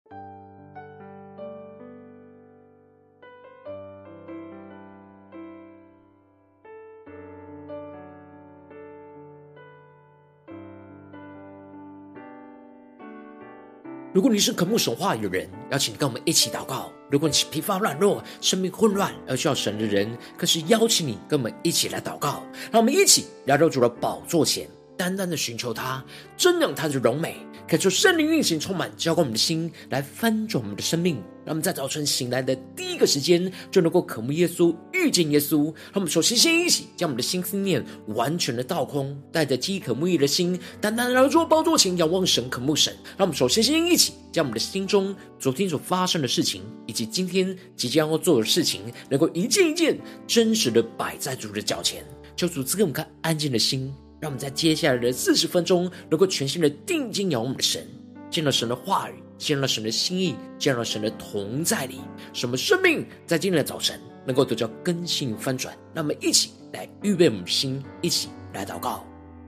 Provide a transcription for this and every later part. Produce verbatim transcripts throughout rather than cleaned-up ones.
如果你是渴慕神话语的人，邀请你跟我们一起祷告。如果你是疲乏软弱、生命混乱而需要神的人，更是邀请你跟我们一起来祷告。让我们一起来到主的宝座前，单单的寻求他，瞻仰他的荣美，恳求圣灵运行充满，浇灌我们的心，来翻转我们的生命。让我们在早晨醒来的第一个时间，就能够渴慕耶稣，遇见耶稣。让我们首先先一起将我们的心思念完全的倒空，带着饥渴沐浴的心，单单来到主的宝座前，仰望神，渴慕神。让我们首先先一起将我们的心中昨天所发生的事情，以及今天即将要做的事情，能够一件一件真实的摆在主的脚前，求主赐给我们看安静的心。让我们在接下来的四十分钟，能够全心的定睛仰望我们的神，见到神的话语，见到神的心意，见到神的同在里，使我们生命在今天的早晨能够得到更新翻转。让我们一起来预备我们的心，一起来祷告。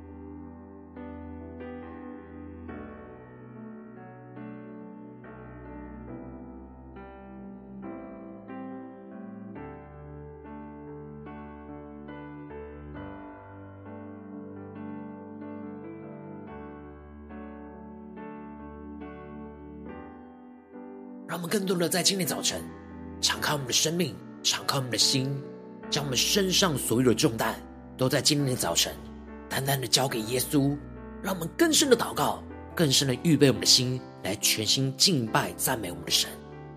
让我们更多的在今天早晨敞开我们的生命，敞开我们的心，将我们身上所有的重担都在今天的早晨单单的交给耶稣。让我们更深的祷告，更深的预备我们的心，来全心敬拜赞美我们的神。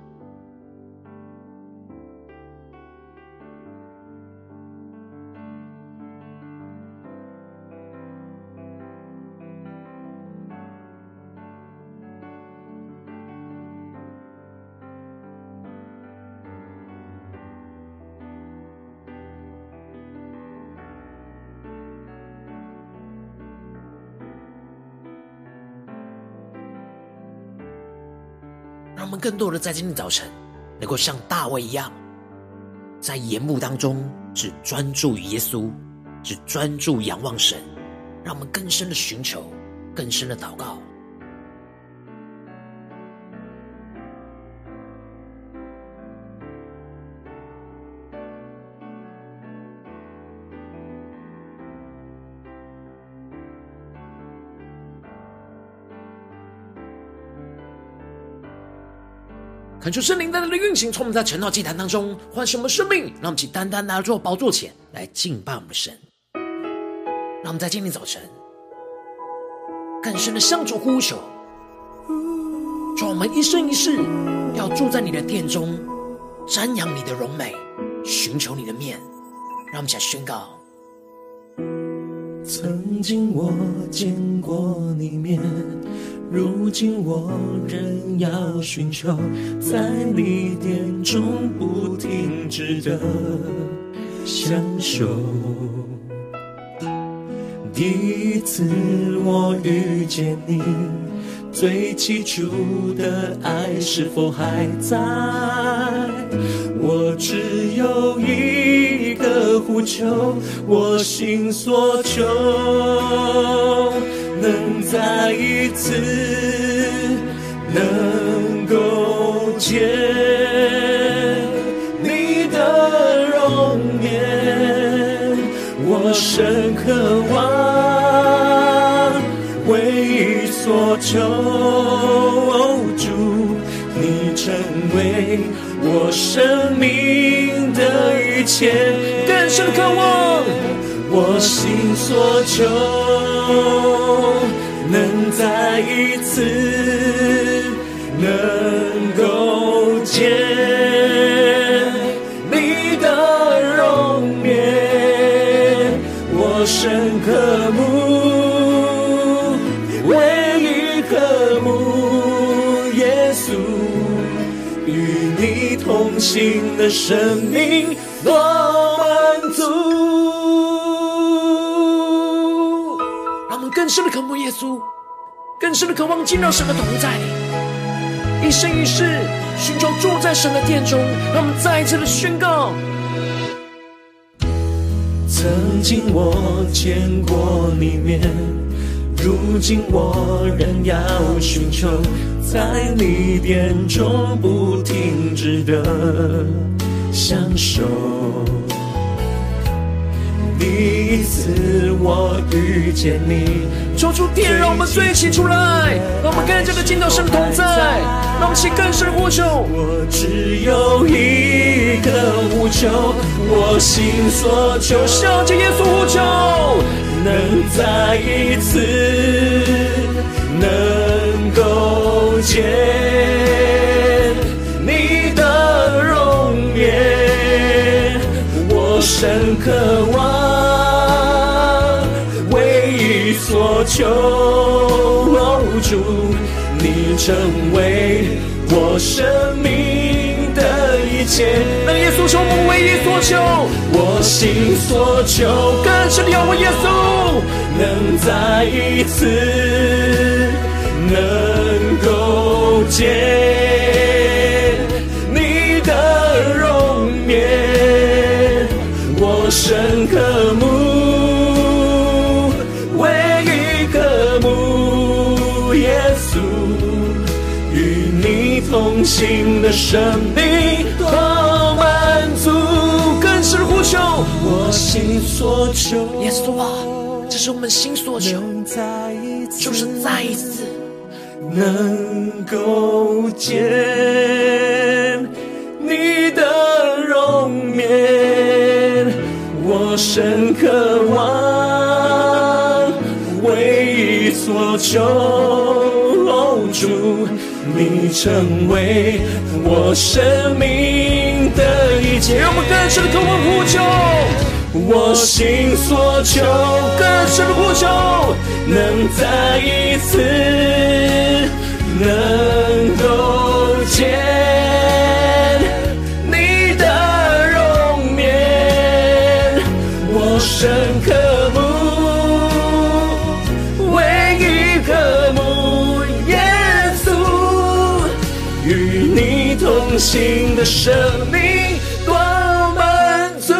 让我们更多的在今天早晨能够像大卫一样，在眼目当中只专注于耶稣，只专注仰望神。让我们更深的寻求，更深的祷告。恳求圣灵单单的运行，从我们在晨祷祭坛当中唤醒我们生命，让我们一起单单拿到宝座前来敬拜我们的神。让我们在今天早晨更深的向主呼求，说我们一生一世要住在你的殿中，瞻仰你的荣美，寻求你的面。让我们一起来宣告： 曾经我见过你面，如今我仍要寻求，在你殿中不停止的享受。第一次我遇见你，最起初的爱是否还在？我只有一个呼求，我心所求，能再一次能够见你的容颜，我深渴望，唯一所求，主，你成为我生命的一切，更深的渴望，我心所求，能再一次能够见你的容颜，我深渴慕，唯一渴慕耶稣，与你同行的生命多满足。 让我们更深的渴慕耶稣，更深的渴望进到神的同在里，一生一世寻求住在神的殿中。让我们再一次的宣告： 曾经我见过你面， 如今我仍要寻求，在你殿中不停止的享受。第一次我遇见你， 求主点让我们最一起出来，让我们更加的进到神的同在，让我们起更深的呼求。 我只有一个呼求，我心所求， 向着耶稣呼求， 能再一次能够见你的容颜，我深渴望，唯一所求，主，你成为我生命的一切。 让耶稣是我们唯一所求， 我心所求， 更深的仰望耶稣， 能再一次能够见你的容颜，我深渴慕，唯一渴慕耶稣，与你同行的生命多满足。 更深的呼求， 我心所求， 耶稣啊，这是我们心所求，就是再一次能够见你的容颜，我深渴望，唯一所求，主，你成为我生命的一切。 让我们更深的渴望呼求， 我心所求， 更深的呼求， 能再一次能够见你的容颜，我深渴慕，唯一渴慕耶稣，与你同行的生命多满足。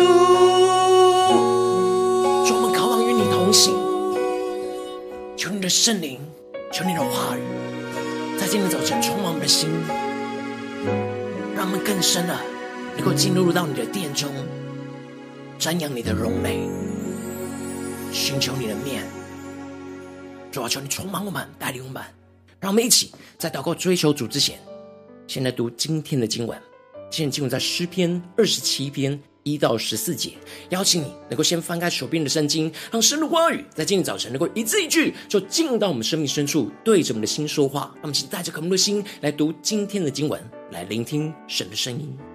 主，我们渴望与你同行，求你的圣灵，求你的话语在今天早晨充满我们的心，让我们更深的能够进入到你的殿中，瞻仰你的荣美，寻求你的面。主啊，求你充满我们，带领我们，让我们一起在祷告追求主之前，先来读今天的经文。今天经文在诗篇二十七篇一到十四节，邀请你能够先翻开手边的圣经，让神的话语在今天早晨能够一字一句就进入到我们生命深处，对着我们的心说话。让我们一起带着渴慕的心来读今天的经文，来聆听神的声音。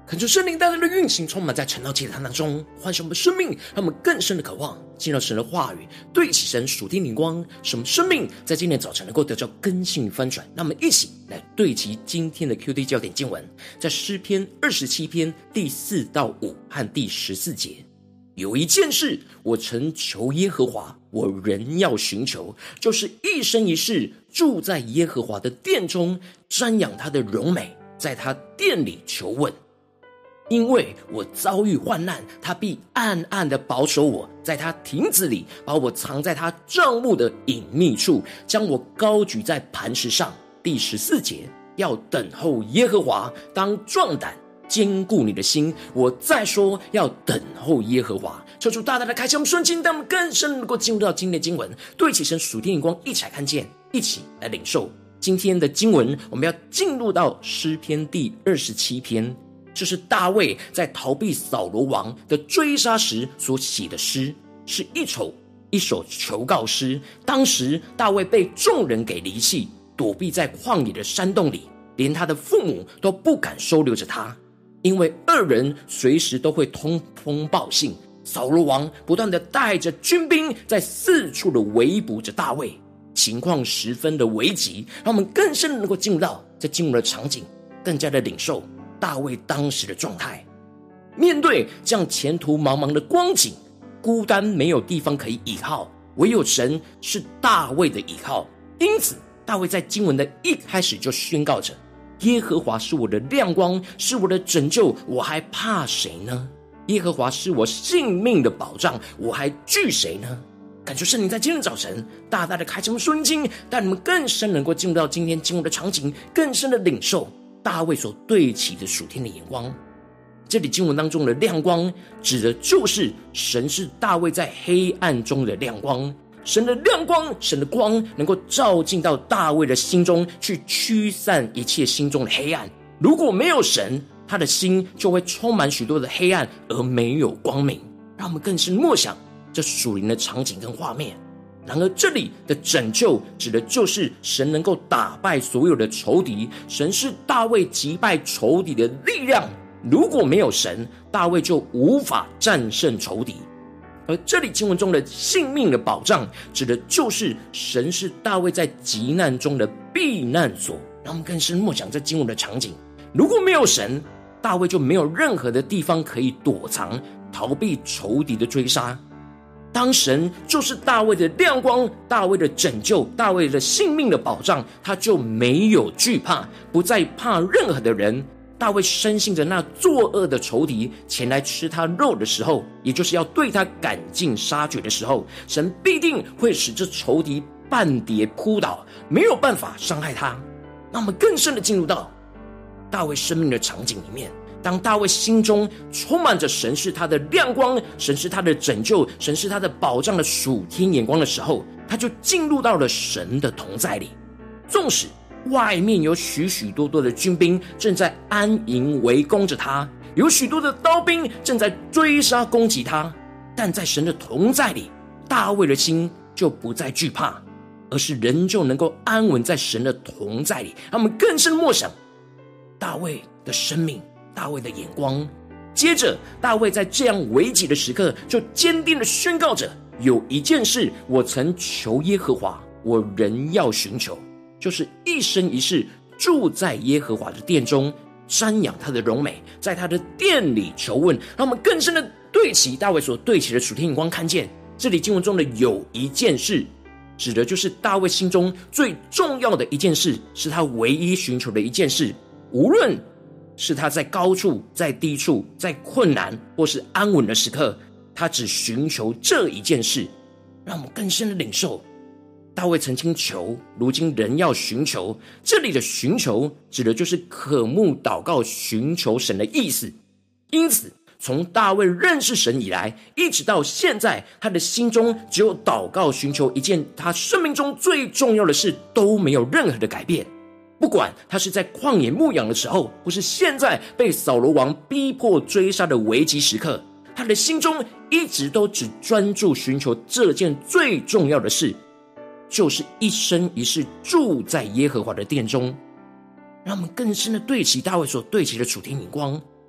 恳求圣灵带来的运行充满在晨祷祭坛当中，唤醒我们生命，让我们更深的渴望进入神的话语，对齐神属天灵光，使我们生命在今天早晨能够得到更新与翻转。让我们一起来对齐今天的 Q D 焦点经文，在诗篇二十七篇第四到五和第十四节。有一件事我曾求耶和华，我仍要寻求，就是一生一世住在耶和华的殿中，瞻仰他的荣美，在他殿里求问。因为我遭遇患难，他必暗暗的保守我，在他亭子里把我藏在他帐幕的隐秘处，将我高举在磐石上。第十四节，要等候耶和华，当壮胆，坚固你的心。我再说，要等候耶和华。求主大大的开启我们顺境，让我们更深能够进入到今天的经文，对起神属天眼光，一起来看见，一起来领受今天的经文。我们要进入到诗篇第二十七篇，这是大卫在逃避扫罗王的追杀时所写的诗，是一首一首求告诗。当时大卫被众人给离弃，躲避在旷野的山洞里，连他的父母都不敢收留着他，因为二人随时都会通风报信。扫罗王不断的带着军兵在四处的围捕着大卫，情况十分的危急。让我们更深的能够进入到这经文的场景，更加的领受大卫当时的状态。面对这样前途茫茫的光景，孤单没有地方可以依靠，唯有神是大卫的依靠。因此大卫在经文的一开始就宣告着，耶和华是我的亮光，是我的拯救，我还怕谁呢？耶和华是我性命的保障，我还惧谁呢？感谢圣灵在今天早晨大大的开启我们顺经，带你们更深能够进入到今天经文的场景，更深的领受大卫所对齐的属天的眼光。这里经文当中的亮光，指的就是神是大卫在黑暗中的亮光。神的亮光，神的光能够照进到大卫的心中，去驱散一切心中的黑暗。如果没有神，他的心就会充满许多的黑暗，而没有光明。让我们更深默想这属灵的场景跟画面。然而这里的拯救指的就是神能够打败所有的仇敌，神是大卫击败仇敌的力量。如果没有神，大卫就无法战胜仇敌。而这里经文中的性命的保障，指的就是神是大卫在急难中的避难所。让我们更深默想这经文的场景。如果没有神，大卫就没有任何的地方可以躲藏，逃避仇敌的追杀。当神就是大卫的亮光，大卫的拯救，大卫的性命的保障，他就没有惧怕，不再怕任何的人。大卫深信着那作恶的仇敌前来吃他肉的时候，也就是要对他赶尽杀绝的时候，神必定会使这仇敌半跌扑倒，没有办法伤害他。那我们更深的进入到大卫生命的场景里面，当大卫心中充满着神是他的亮光，神是他的拯救，神是他的保障的属天眼光的时候，他就进入到了神的同在里。纵使外面有许许多多的军兵正在安营围攻着他，有许多的刀兵正在追杀攻击他，但在神的同在里，大卫的心就不再惧怕，而是仍旧能够安稳在神的同在里。让我们更深默想大卫的生命，大卫的眼光。接着大卫在这样危急的时刻，就坚定地宣告着，有一件事我曾求耶和华，我仍要寻求，就是一生一世住在耶和华的殿中，瞻仰他的荣美，在他的殿里求问。让我们更深的对齐大卫所对齐的属天眼光，看见这里经文中的有一件事，指的就是大卫心中最重要的一件事，是他唯一寻求的一件事。无论是他在高处，在低处，在困难或是安稳的时刻，他只寻求这一件事。让我们更深的领受大卫曾经求，如今仍要寻求。这里的寻求指的就是渴慕祷告寻求神的意思。因此从大卫认识神以来，一直到现在，他的心中只有祷告寻求一件他生命中最重要的事，都没有任何的改变。不管他是在旷野牧养的时候，或是现在被扫罗王逼迫追杀的危急时刻，他的心中一直都只专注寻求这件最重要的事，就是一生一世住在耶和华的殿中。让我们更深的对齐大卫所对齐的属天眼光。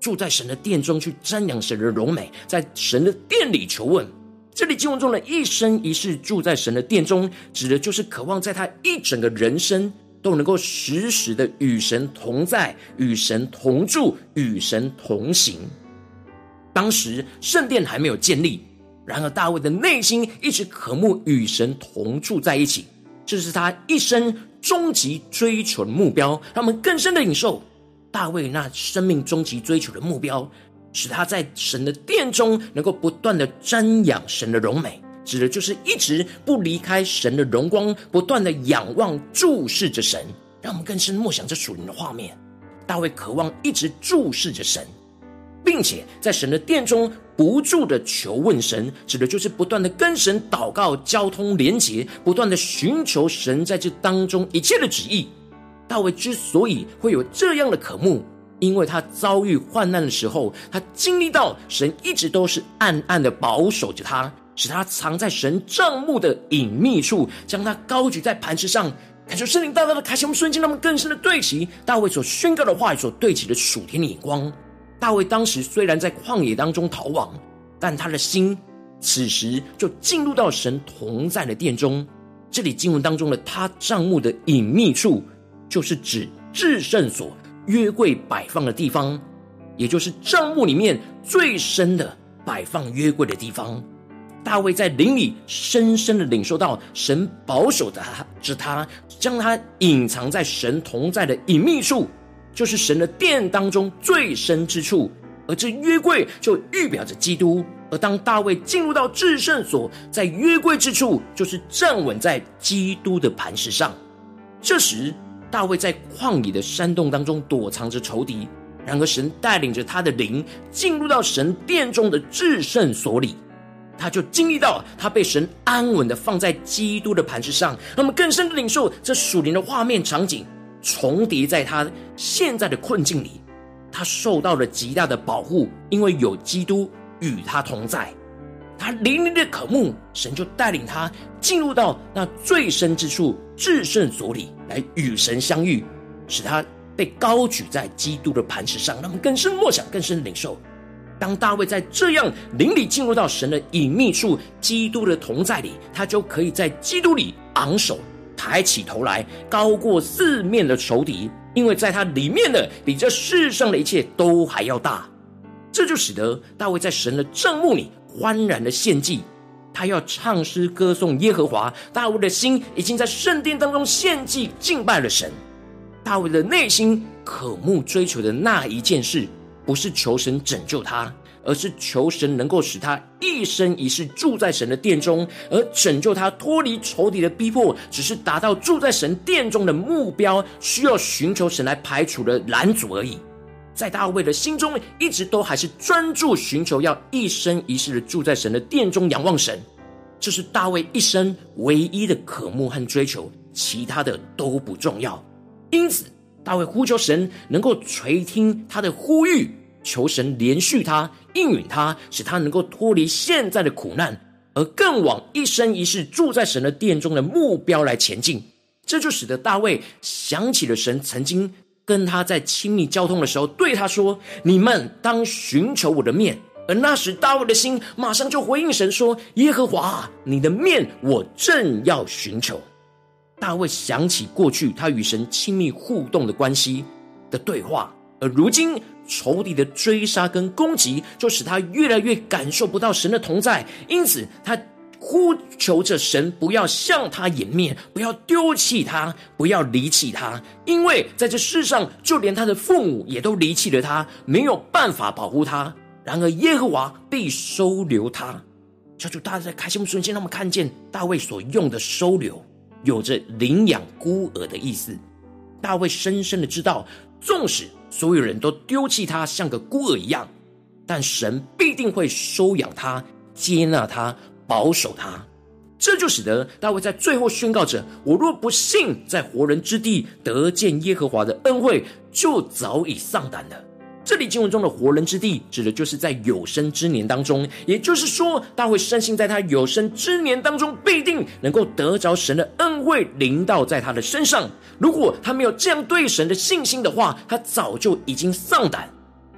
住在神的殿中去瞻仰神的荣美，在神的殿里求问。这里经文中的一生一世住在神的殿中，指的就是渴望在他一整个人生都能够时时的与神同在，与神同住，与神同行。当时圣殿还没有建立，然而大卫的内心一直渴慕与神同住在一起，这是他一生终极追求的目标。让我们更深的领受大卫那生命终极追求的目标，使他在神的殿中能够不断的瞻仰神的荣美，指的就是一直不离开神的荣光，不断的仰望注视着神。让我们更深默想这属灵的画面，大卫渴望一直注视着神，并且在神的殿中不住的求问神，指的就是不断的跟神祷告交通连结，不断的寻求神在这当中一切的旨意。大卫之所以会有这样的渴慕，因为他遭遇患难的时候，他经历到神一直都是暗暗的保守着他，使他藏在神帐幕的隐秘处，将他高举在磐石上。感受圣灵大大的开启我们瞬间，让我们更深的对齐大卫所宣告的话语所对齐的属天的眼光。大卫当时虽然在旷野当中逃亡，但他的心此时就进入到神同在的殿中。这里经文当中的他帐幕的隐秘处，就是指至圣所约柜摆放的地方，也就是帐幕里面最深的摆放约柜的地方。大卫在灵里深深的领受到神保守着他，将他隐藏在神同在的隐秘处，就是神的殿当中最深之处，而这约柜就预表着基督。而当大卫进入到至圣所，在约柜之处就是站稳在基督的磐石上。这时大卫在旷野的山洞当中躲藏着仇敌，然而神带领着他的灵进入到神殿中的至圣所里，他就经历到他被神安稳的放在基督的磐石上。让我们更深的领受这属灵的画面场景重叠在他现在的困境里，他受到了极大的保护，因为有基督与他同在。他灵里的渴慕，神就带领他进入到那最深之处至圣所里来与神相遇，使他被高举在基督的磐石上。让我们更深默想，更深的领受，当大卫在这样灵里进入到神的隐秘处基督的同在里，他就可以在基督里昂首抬起头来，高过四面的仇敌，因为在他里面的比这世上的一切都还要大。这就使得大卫在神的帐幕里欢然的献祭，他要唱诗歌颂耶和华。大卫的心已经在圣殿当中献祭敬拜了神。大卫的内心渴慕追求的那一件事，不是求神拯救他，而是求神能够使他一生一世住在神的殿中，而拯救他脱离仇敌的逼迫，只是达到住在神殿中的目标，需要寻求神来排除的拦阻而已。在大卫的心中一直都还是专注寻求要一生一世的住在神的殿中仰望神，这是大卫一生唯一的渴慕和追求，其他的都不重要。因此大卫呼求神能够垂听他的呼吁，求神连续他，应允他，使他能够脱离现在的苦难，而更往一生一世住在神的殿中的目标来前进。这就使得大卫想起了神曾经跟他在亲密交通的时候对他说，你们当寻求我的面。而那时大卫的心马上就回应神说，耶和华，你的面我正要寻求。大卫想起过去他与神亲密互动的关系的对话，而如今仇敌的追杀跟攻击就使他越来越感受不到神的同在，因此他呼求着神不要向他掩面，不要丢弃他，不要离弃他，因为在这世上就连他的父母也都离弃了他，没有办法保护他，然而耶和华必收留他。求主大家在开心瞬间让我们看见大卫所用的收留有着领养孤儿的意思。大卫深深的知道，纵使所有人都丢弃他像个孤儿一样，但神必定会收养他，接纳他，保守他。这就使得大卫在最后宣告着，我若不幸在活人之地得见耶和华的恩惠，就早已丧胆了。这里经文中的活人之地指的就是在有生之年当中，也就是说大卫深信在他有生之年当中必定能够得着神的恩惠临到在他的身上。如果他没有这样对神的信心的话，他早就已经丧胆。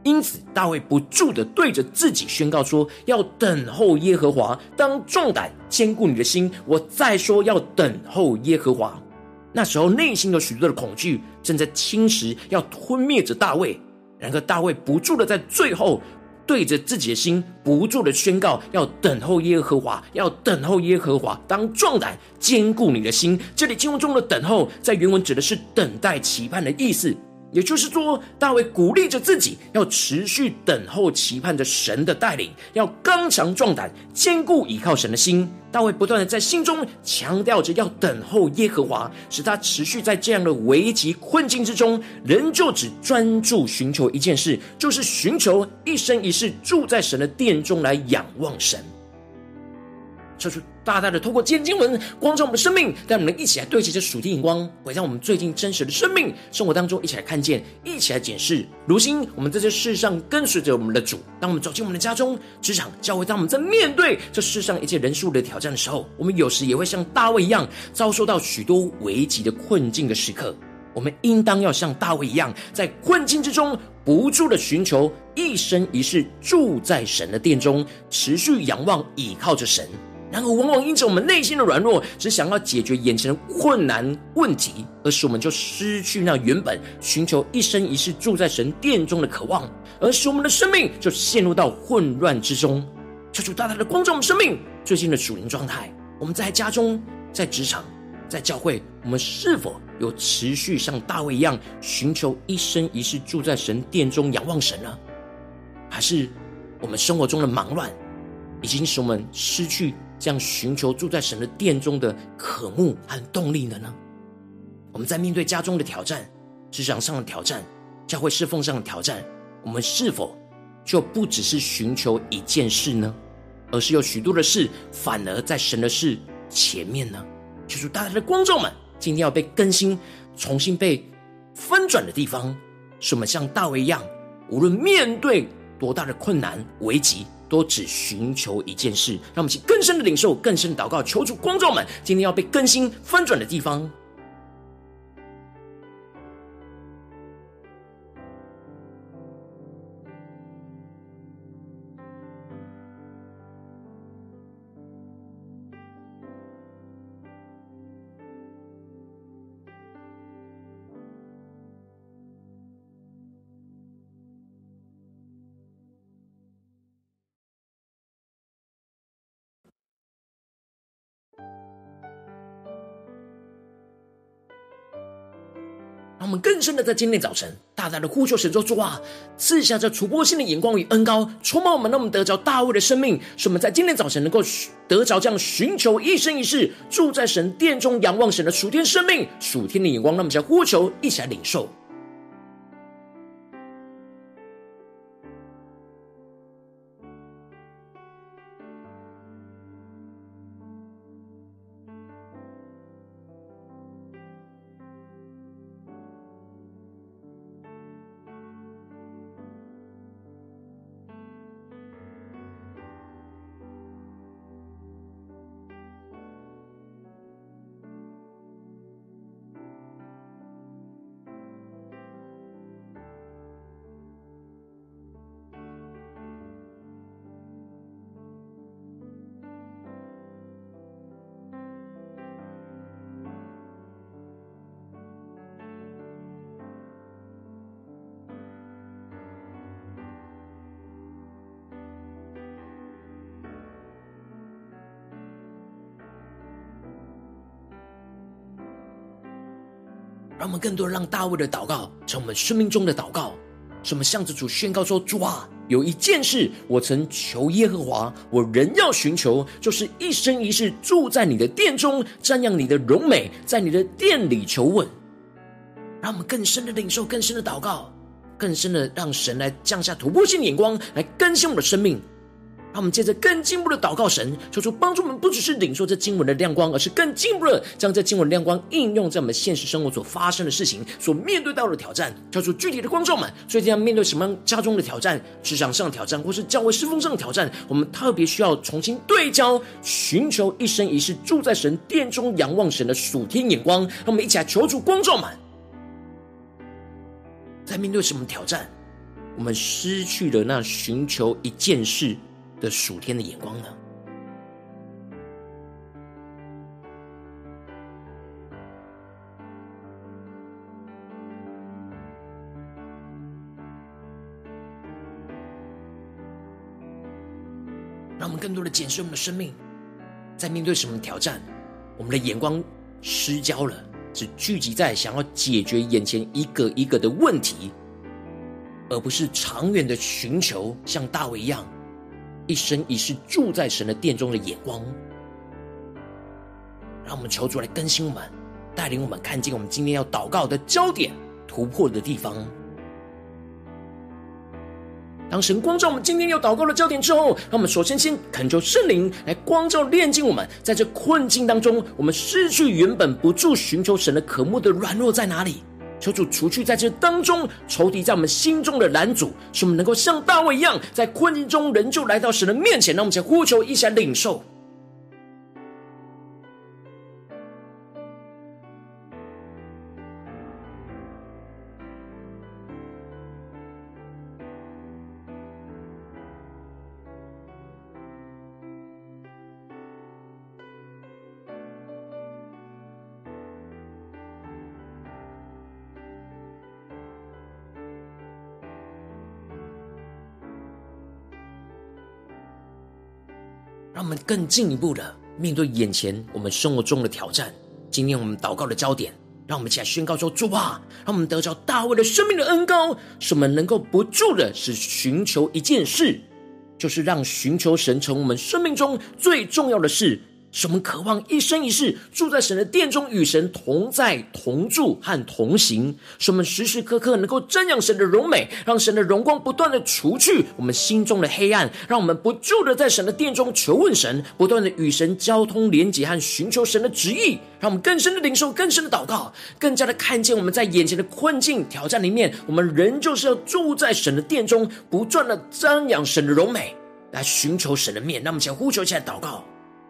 因此大卫不住的对着自己宣告说，要等候耶和华，当壮胆，坚固你的心。我再说，要等候耶和华。那时候内心有许多的恐惧正在侵蚀，要吞灭着大卫。然而大卫不住的在最后对着自己的心不住的宣告，要等候耶和华，要等候耶和华，当壮胆，坚固你的心。这里经文中的等候在原文指的是等待期盼的意思，也就是说大卫鼓励着自己要持续等候期盼着神的带领，要刚强壮胆，坚固倚靠神的心。大卫不断的在心中强调着要等候耶和华，使他持续在这样的危急困境之中，仍旧只专注寻求一件事，就是寻求一生一世住在神的殿中来仰望神。求主大大的透过今天经文光照我们的生命，带我们一起来对齐这属天眼光，回到我们最近真实的生命生活当中，一起来看见，一起来检视。如今我们在这世上跟随着我们的主，当我们走进我们的家中、职场、教会，当我们在面对这世上一切人数的挑战的时候，我们有时也会像大卫一样遭受到许多危急的困境的时刻。我们应当要像大卫一样，在困境之中不住的寻求一生一世住在神的殿中，持续仰望倚靠着神。然而往往因着我们内心的软弱，只想要解决眼前的困难问题，而使我们就失去那原本寻求一生一世住在神殿中的渴望，而使我们的生命就陷入到混乱之中。求主大大的光照我们生命最近的属灵状态，我们在家中、在职场、在教会，我们是否有持续像大卫一样寻求一生一世住在神殿中仰望神呢？还是我们生活中的忙乱已经使我们失去这样寻求住在神的殿中的渴慕和动力了呢？我们在面对家中的挑战、职场上的挑战、教会侍奉上的挑战，我们是否就不只是寻求一件事呢？而是有许多的事反而在神的事前面呢？求主大家的光照们今天要被更新、重新被翻转的地方，是我们像大卫一样，无论面对多大的困难危急，都只寻求一件事。让我们一起更深的领受、更深的祷告，求主光照们今天要被更新翻转的地方。让我们更深的在今天早晨大大的呼求神说，主啊，赐下这突破性的眼光与恩膏，充满我们，让我们得着大卫的生命，使我们在今天早晨能够得着这样寻求一生一世住在神殿中仰望神的属天生命、属天的眼光。让我们将呼求一起来领受。让我们更多让大卫的祷告成我们生命中的祷告，使我们向着主宣告说，主啊，有一件事我曾求耶和华，我仍要寻求，就是一生一世住在你的殿中，瞻仰你的荣美，在你的殿里求问。让我们更深的领受，更深的祷告，更深的让神来降下突破性的眼光，来更新我们的生命。让我们接着更进一步的祷告神，求主帮助我们，不只是领受这经文的亮光，而是更进一步的将这经文的亮光应用在我们现实生活所发生的事情、所面对到的挑战。求主具体的光照们，最近要面对什么样家中的挑战、职场上的挑战，或是教会侍奉上的挑战，我们特别需要重新对焦，寻求一生一世住在神殿中仰望神的属天眼光。让我们一起来求主光照们，在面对什么挑战， 我们失去了那寻求一件事的属天的眼光呢？让我们更多的检视我们的生命，在面对什么挑战，我们的眼光失焦了，只聚集在想要解决眼前一个一个的问题，而不是长远的寻求像大卫一样一生一世住在神的殿中的眼光。让我们求主来更新我们，带领我们看见我们今天要祷告的焦点，突破的地方。当神光照我们今天要祷告的焦点之后，让我们首先先恳求圣灵来光照炼净我们，在这困境当中，我们失去原本不住寻求神的渴慕的软弱在哪里？求主除去在这当中仇敌在我们心中的拦阻，使我们能够像大卫一样，在困境中仍旧来到神的面前。让我们先呼求一下领受。让我们更进一步的面对眼前我们生活中的挑战。今天我们祷告的焦点，让我们一起来宣告说：主啊，让我们得着大卫的生命的恩膏，使我们能够不住的是寻求一件事，就是让寻求神成为我们生命中最重要的事，使我们渴望一生一世住在神的殿中，与神同在同住和同行，使我们时时刻刻能够瞻仰神的荣美，让神的荣光不断的除去我们心中的黑暗，让我们不住的在神的殿中求问神，不断的与神交通连结和寻求神的旨意，让我们更深的领受，更深的祷告，更加的看见我们在眼前的困境挑战里面，我们仍旧是要住在神的殿中，不断的瞻仰神的荣美，来寻求神的面。让我们先呼求起来祷告。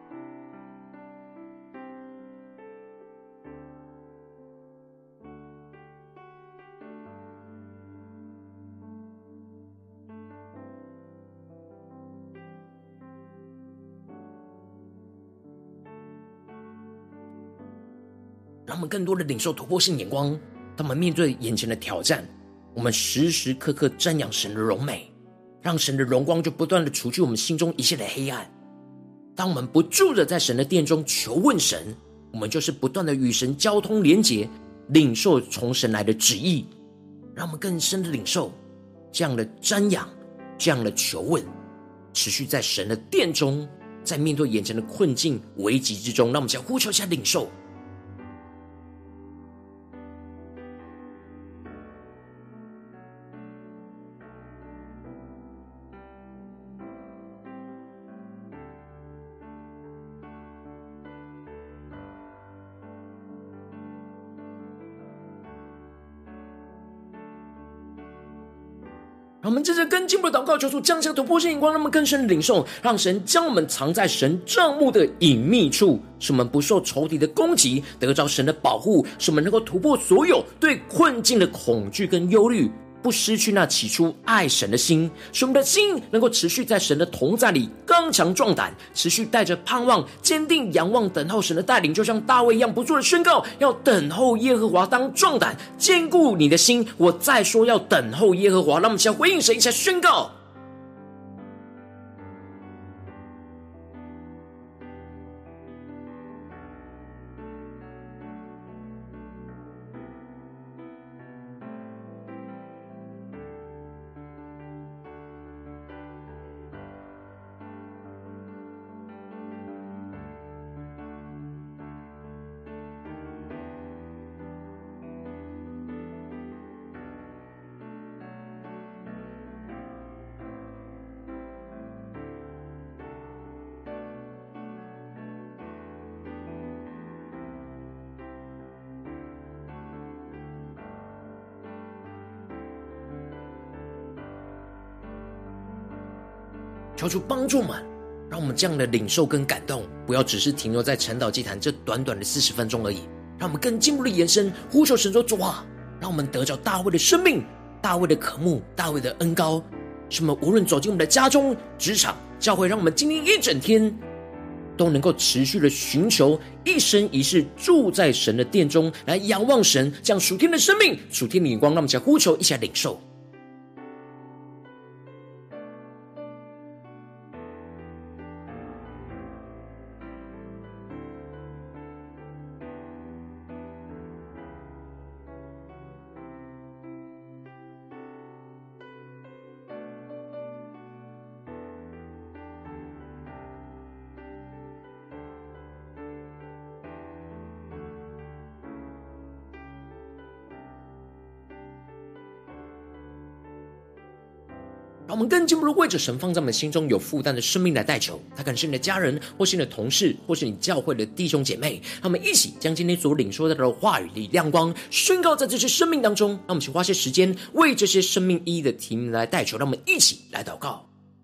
让我们更多的领受突破性眼光，当我们面对眼前的挑战，我们时时刻刻瞻仰神的荣美，让神的荣光就不断的除去我们心中一切的黑暗。当我们不住的在神的殿中求问神，我们就是不断的与神交通连结，领受从神来的旨意。让我们更深的领受这样的瞻仰，这样的求问，持续在神的殿中，在面对眼前的困境危急之中，让我们先呼求一下领受。让我们接着更进一步的祷告，求主降下突破性眼光，让我们更深的领受，让神将我们藏在神帐幕的隐秘处，使我们不受仇敌的攻击，得着神的保护，使我们能够突破所有对困境的恐惧跟忧虑，不失去那起初爱神的心，使我们的心能够持续在神的同在里刚强壮胆，持续带着盼望坚定仰望等候神的带领，就像大卫一样不住的宣告，要等候耶和华，当壮胆坚固你的心。我再说要等候耶和华，让我们先回应神一下宣告。求主帮助我们，让我们这样的领受跟感动，不要只是停留在晨祷祭坛这短短的四十分钟而已，让我们更进一步的延伸，呼求神说：主啊，让我们得着大卫的生命， 大卫的渴慕，大卫的恩膏，使我们无论走进我们的家中、职场、教会，让我们今天一整天都能够持续的寻求，一生一世住在神的殿中，来仰望神，这样属天的生命、属天的眼光，让我们一起来呼求，一起来领受。让我们更进一步的为着神放在我们心中有负担的生命来代求，他可能是你的家人，或是你的同事，或是你教会的弟兄姐妹。让我们一起将今天所领受到的话语里亮光宣告在这些生命当中。让我们一起花些时间为这些生命意义的题目来代求，让我们一起来祷告。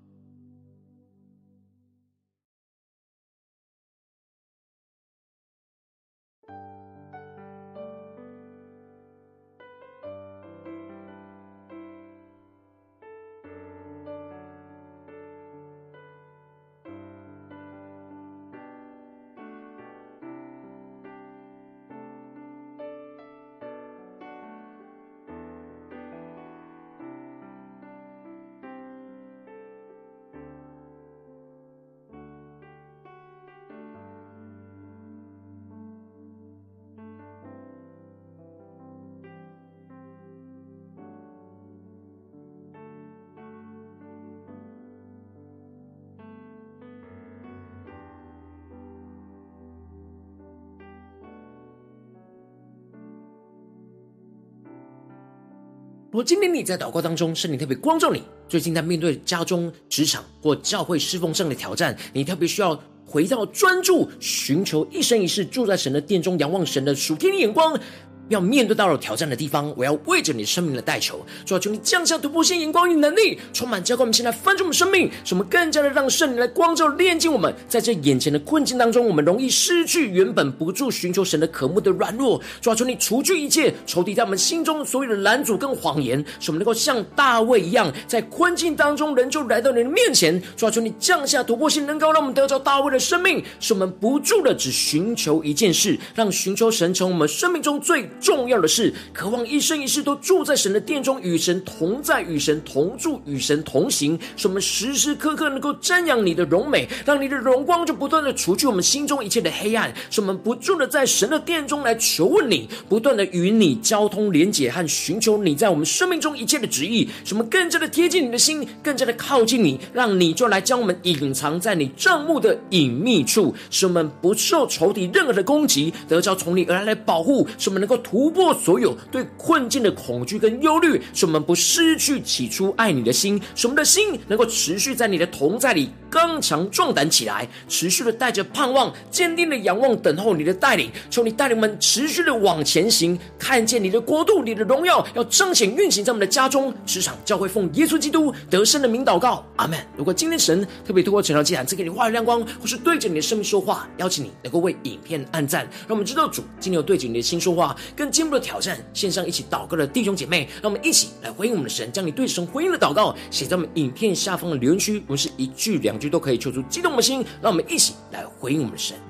如果今天你在祷告当中，圣灵特别光照你，最近在面对家中、职场或教会侍奉上的挑战，你特别需要回到专注，寻求一生一世住在神的殿中，仰望神的属天的眼光。要面对到了挑战的地方，我要为着你生命的代求，主要求你降下突破性眼光与能力，充满浇灌我们现在翻转我们生命，使我们更加的让圣灵来光照炼净我们。在这眼前的困境当中，我们容易失去原本不住寻求神的渴慕的软弱，主要求你除去一切仇敌在我们心中所有的拦阻跟谎言，使我们能够像大卫一样，在困境当中仍旧来到你的面前。主要求你降下突破性能够让我们得着大卫的生命，使我们不住的只寻求一件事，让寻求神成我们生命中最重要的事，渴望一生一世都住在神的殿中，与神同在，与神同住，与神同行，使我们时时刻刻能够瞻仰你的荣美，让你的荣光就不断的除去我们心中一切的黑暗，使我们不住的在神的殿中来求问你，不断的与你交通连结和寻求你在我们生命中一切的旨意，使我们更加的贴近你的心，更加的靠近你，让你就来将我们隐藏在你帐幕的隐秘处，使我们不受仇敌任何的攻击，得着从你而来的保护，使我们能够突破所有对困境的恐惧跟忧虑，使我们不失去起初爱你的心，使我们的心能够持续在你的同在里刚强壮胆起来，持续的带着盼望，坚定的仰望等候你的带领。求你带领我们持续的往前行，看见你的国度，你的荣耀要彰显运行在我们的家中、职场、教会，奉耶稣基督得胜的名祷告，阿们。如果今天神特别透过整条祭坛赐给你话语亮光，或是对着你的生命说话，邀请你能够为影片按赞，让我们知道主今天有对着你的心说话，更进一步的挑战线上一起祷告的弟兄姐妹，让我们一起来回应我们的神，将你对神回应的祷告写在我们影片下方的留言区，无论是一句两句都可以，求出激动我们的心，让我们一起来回应我们的神。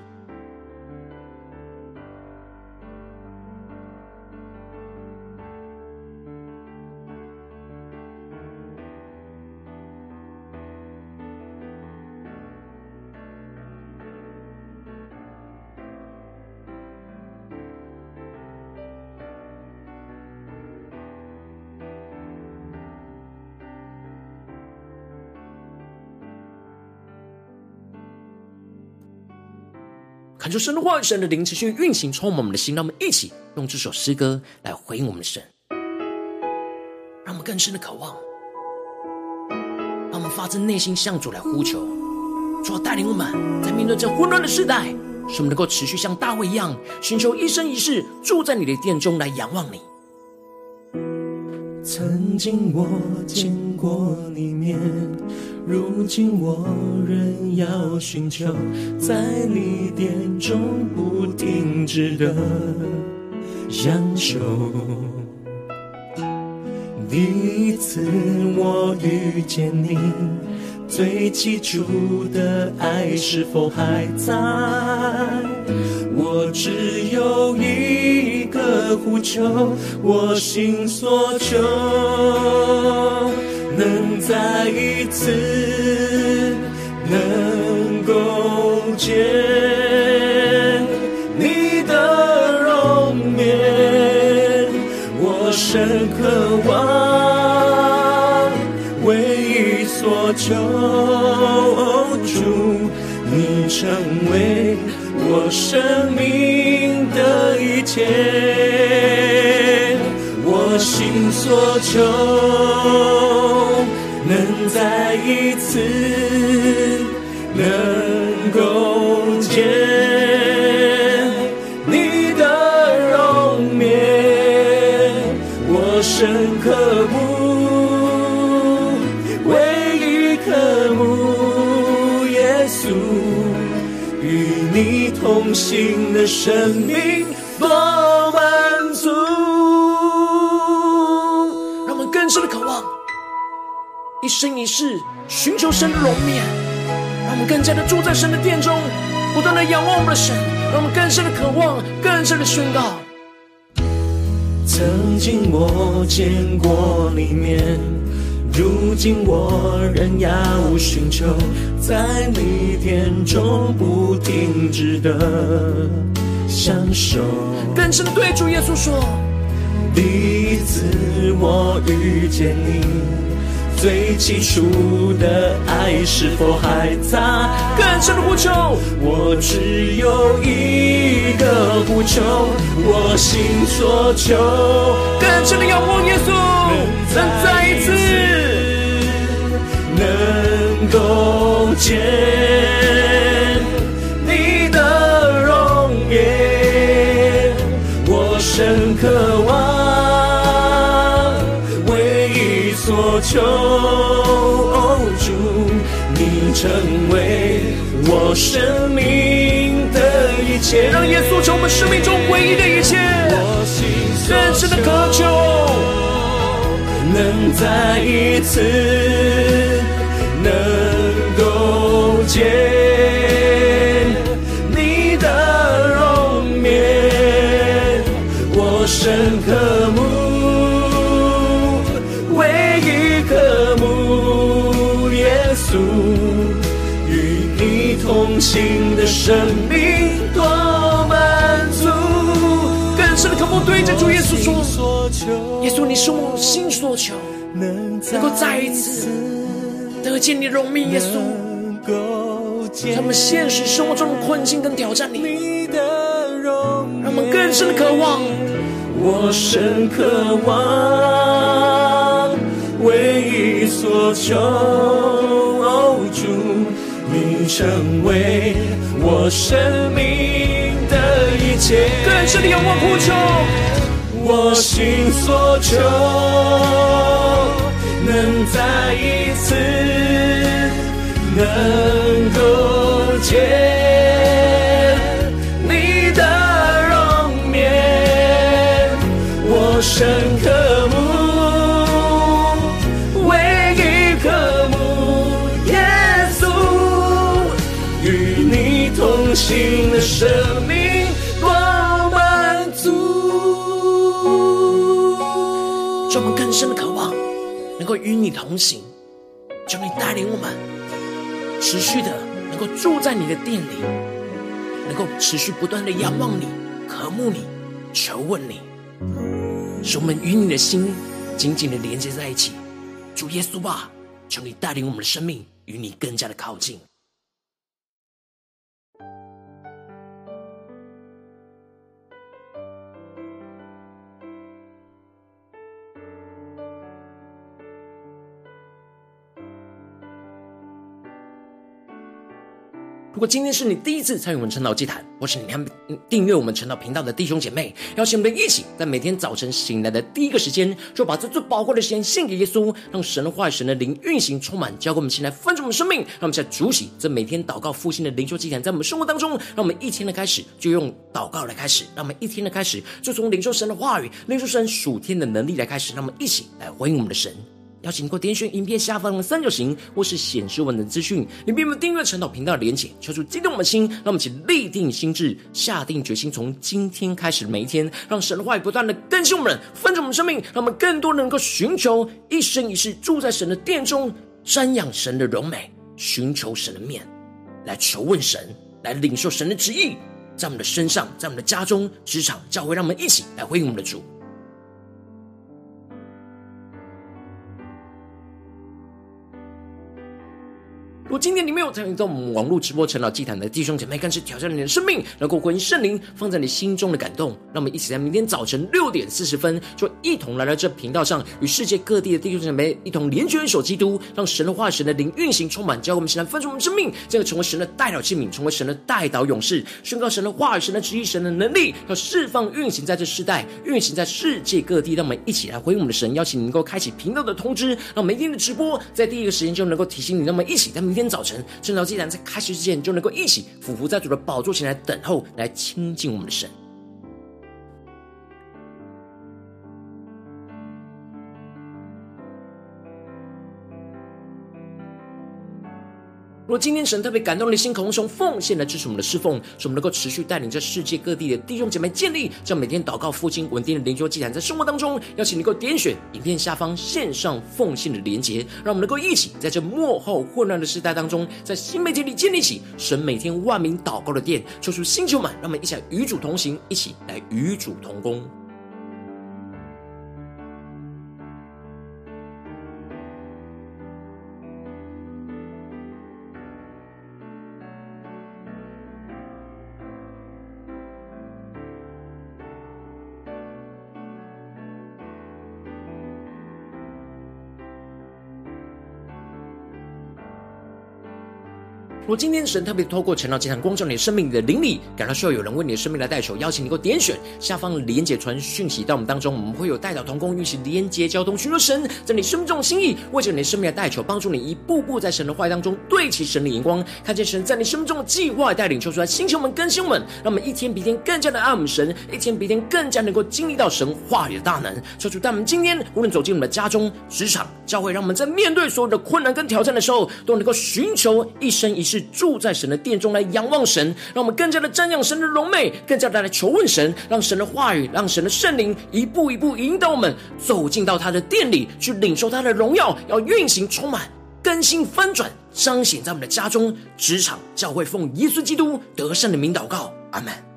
恳求神的话语、神的灵持续运行充满我们的心，让我们一起用这首诗歌来回应我们的神，让我们更深的渴望，让我们发自内心向主来呼求，主带领我们在面对这混乱的时代，使我们能够持续像大卫一样，寻求一生一世住在你的殿中来仰望你。 曾经我见过你面，如今我仍要寻求，在你殿中不停止的相求。 第一次我遇见你，最起初的爱是否还在？我只有一个呼求，我心所求，能再一次能够见你的容颜，我深渴望，唯一所求，主你成为我生命的一切，我心所求，能再一次能够见你的容颜，我深刻慕，唯一渴慕耶稣，与你同行的生命多满足。 让我们更深的渴望一生一世寻求神的容面，让我们更加的住在神的殿中，不断的仰望我们的神，让我们更深的渴望，更深的宣告。 曾经我见过你面，如今我仍要寻求，在你殿中不停止的享受。 更深的对主耶稣说， 第一次我遇见你，最起初的爱是否还在？ 更深的呼求， 我只有一个呼求，我心所求， 更深的仰望耶稣，能再一次能够见你的容颜，我深渴望，唯一所求，主你成为我生命的一切， 让耶稣成为我们生命中唯一的一切。更深的渴求， 能再一次能够见你的容颜，我深渴慕，唯一渴慕耶稣，与你同行的生命多满足。 更深的渴慕对着主耶稣说，耶稣你是我心所求，能够再一次得见你的容面。耶稣在我们现实生活中的困境跟挑战里，让我们更深的渴望， 我深渴望，唯一所求，主你成为我生命的一切， 更深的仰望呼求， 我心所求，能再一次能够见你的容颜，我深渴慕，唯一渴慕耶稣，与你同行的生命多满足。 让我们更深的渴望能够与你同行，求你带领我们持续的能够住在你的殿里，能够持续不断的仰望你，渴慕你，求问你，使我们与你的心紧紧的连接在一起。主耶稣吧，求你带领我们的生命与你更加的靠近。 如果今天是你第一次参与我们晨祷祭坛，或是你还订阅我们晨祷频道的弟兄姐妹，邀请我们一起在每天早晨醒来的第一个时间，就把这最宝贵的时间献给耶稣，让神的话语、神的灵运行充满，交给我们现在分盛我们生命，让我们在主喜这每天祷告复兴的灵修祭坛，在我们生活当中，让我们一天的开始就用祷告来开始，让我们一天的开始就从领受神的话语、领受神属天的能力来开始，让我们一起来回应我们的神。邀请你给我点选影片下方的三角形，或是显示文的资讯，里面有订阅晨祷频道的连结，求主激动我们的心，让我们一起立定心志，下定决心，从今天开始的每一天，让神的话语不断的更新我们，分盛我们生命，让我们更多能够寻求一生一世住在神的殿中，瞻仰神的荣美，寻求神的面，来求问神，来领受神的旨意，在我们的身上，在我们的家中、职场、教会，让我们一起来回应我们的主。如果今天你没有参与到我们网络直播晨祷祭坛的弟兄姐妹，更是挑战你的生命，能够回应圣灵放在你心中的感动。让我们一起在明天早晨六点四十分，就一同来到这频道上，与世界各地的弟兄姐妹一同联结联手基督，让神的话、神的灵运行充满，教我们现在分盛我们生命，这个成为神的代祷器皿，成为神的代祷勇士，宣告神的话语、神的旨意、神的能力，要释放运行在这世代，运行在世界各地。让我们一起来回应我们的神，邀请你能够开启频道的通知，让每天的直播在第一个时间就能够提醒你。让我们一起在明天早晨晨祷祭坛在开始之前，就能够一起俯伏在主的宝座前来等候，来亲近我们的神。如果今天神特别感动你的心，渴望从奉献来支持我们的侍奉，使我们能够持续带领着世界各地的弟兄姐妹建立这样每天祷告复兴稳定的灵修祭坛，在生活当中，邀请你能够点选影片下方线上奉献的连结，让我们能够一起在这末后混乱的时代当中，在新媒体里建立起神每天万名祷告的殿，求出星球们，让我们一起来与主同行，一起来与主同工。如果今天神特别透过晨祷祭坛光照你的生命，你的灵里感到需要有人为你的生命来代求，邀请你给我点选下方的连结传讯息到我们当中，我们会有代祷同工运行连结交通，寻求神在你生命中的心意，为着你的生命来代求，帮助你一步步在神的话语当中对齐神的眼光，看见神在你生命中的计划带领，求出来星球们更新我们，让我们一天比一天更加的爱我们神，一天比一天更加能够经历到神话语的大能。求主带我们今天无论走进我们的家中、职场、教会，让我们在面对所有的困难跟挑战的时候，都能够寻求一生一世住在神的殿中来仰望神，让我们更加的瞻仰神的荣美，更加的来求问神，让神的话语，让神的圣灵一步一步引导我们走进到他的殿里，去领受他的荣耀，要运行充满更新翻转，彰显在我们的家中、职场、教会，奉耶稣基督得胜的名祷告，阿们。